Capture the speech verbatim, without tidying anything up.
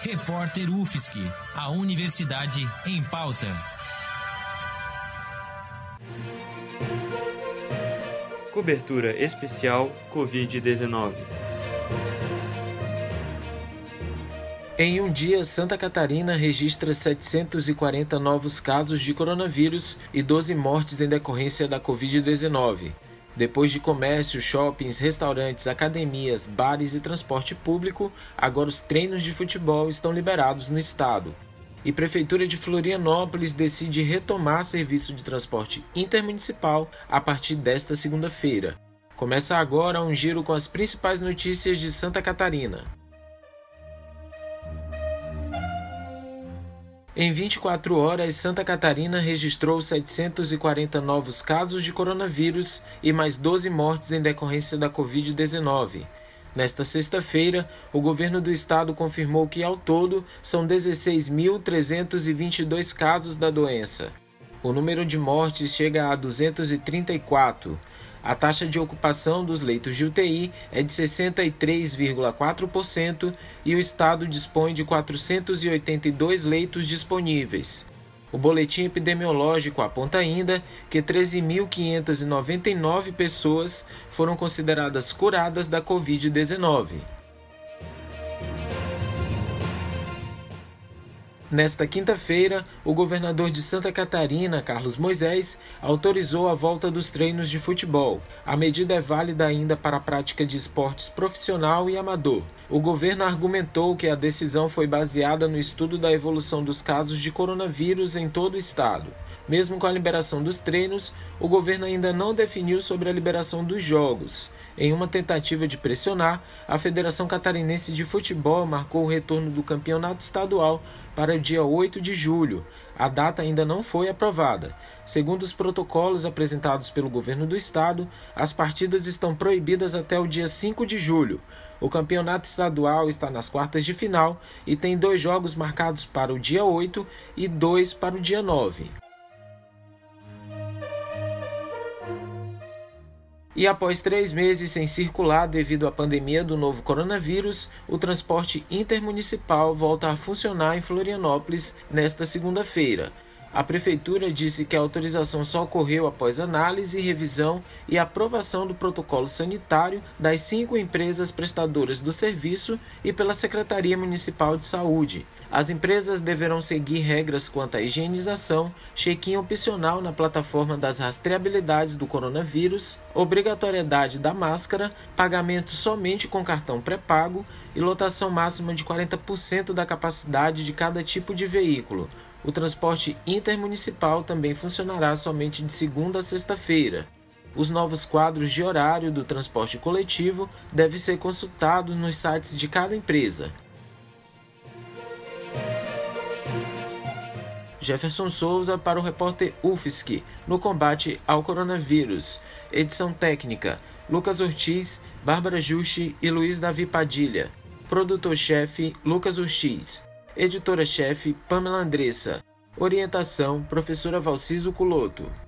Repórter U F S C, a Universidade em Pauta. Cobertura especial covid dezenove. Em um dia, Santa Catarina registra setecentos e quarenta novos casos de coronavírus e doze mortes em decorrência da covid dezenove. Depois de comércio, shoppings, restaurantes, academias, bares e transporte público, agora os treinos de futebol estão liberados no estado. E Prefeitura de Florianópolis decide retomar serviço de transporte intermunicipal a partir desta segunda-feira. Começa agora um giro com as principais notícias de Santa Catarina. Em vinte e quatro horas, Santa Catarina registrou setecentos e quarenta novos casos de coronavírus e mais doze mortes em decorrência da covid dezenove. Nesta sexta-feira, o governo do estado confirmou que, ao todo, são dezesseis mil trezentos e vinte e dois casos da doença. O número de mortes chega a duzentos e trinta e quatro. A taxa de ocupação dos leitos de U T I é de sessenta e três vírgula quatro por cento e o estado dispõe de quatrocentos e oitenta e dois leitos disponíveis. O boletim epidemiológico aponta ainda que treze mil quinhentas e noventa e nove pessoas foram consideradas curadas da covid dezenove. Nesta quinta-feira, o governador de Santa Catarina, Carlos Moisés, autorizou a volta dos treinos de futebol. A medida é válida ainda para a prática de esportes profissional e amador. O governo argumentou que a decisão foi baseada no estudo da evolução dos casos de coronavírus em todo o estado. Mesmo com a liberação dos treinos, o governo ainda não definiu sobre a liberação dos jogos. Em uma tentativa de pressionar, a Federação Catarinense de Futebol marcou o retorno do campeonato estadual para o dia oito de julho. A data ainda não foi aprovada. Segundo os protocolos apresentados pelo governo do estado, as partidas estão proibidas até o dia cinco de julho. O campeonato estadual está nas quartas de final e tem dois jogos marcados para o dia oito e dois para o dia nove. E após três meses sem circular devido à pandemia do novo coronavírus, o transporte intermunicipal volta a funcionar em Florianópolis nesta segunda-feira. A Prefeitura disse que a autorização só ocorreu após análise, revisão e aprovação do protocolo sanitário das cinco empresas prestadoras do serviço e pela Secretaria Municipal de Saúde. As empresas deverão seguir regras quanto à higienização, check-in opcional na plataforma das rastreabilidades do coronavírus, obrigatoriedade da máscara, pagamento somente com cartão pré-pago e lotação máxima de quarenta por cento da capacidade de cada tipo de veículo. O transporte intermunicipal também funcionará somente de segunda a sexta-feira. Os novos quadros de horário do transporte coletivo devem ser consultados nos sites de cada empresa. Jefferson Souza para o repórter U F S C, no combate ao coronavírus. Edição técnica, Lucas Ortiz, Bárbara Juste e Luiz Davi Padilha. Produtor-chefe, Lucas Ortiz. Editora-chefe, Pamela Andressa. Orientação, professora Valciso Culoto.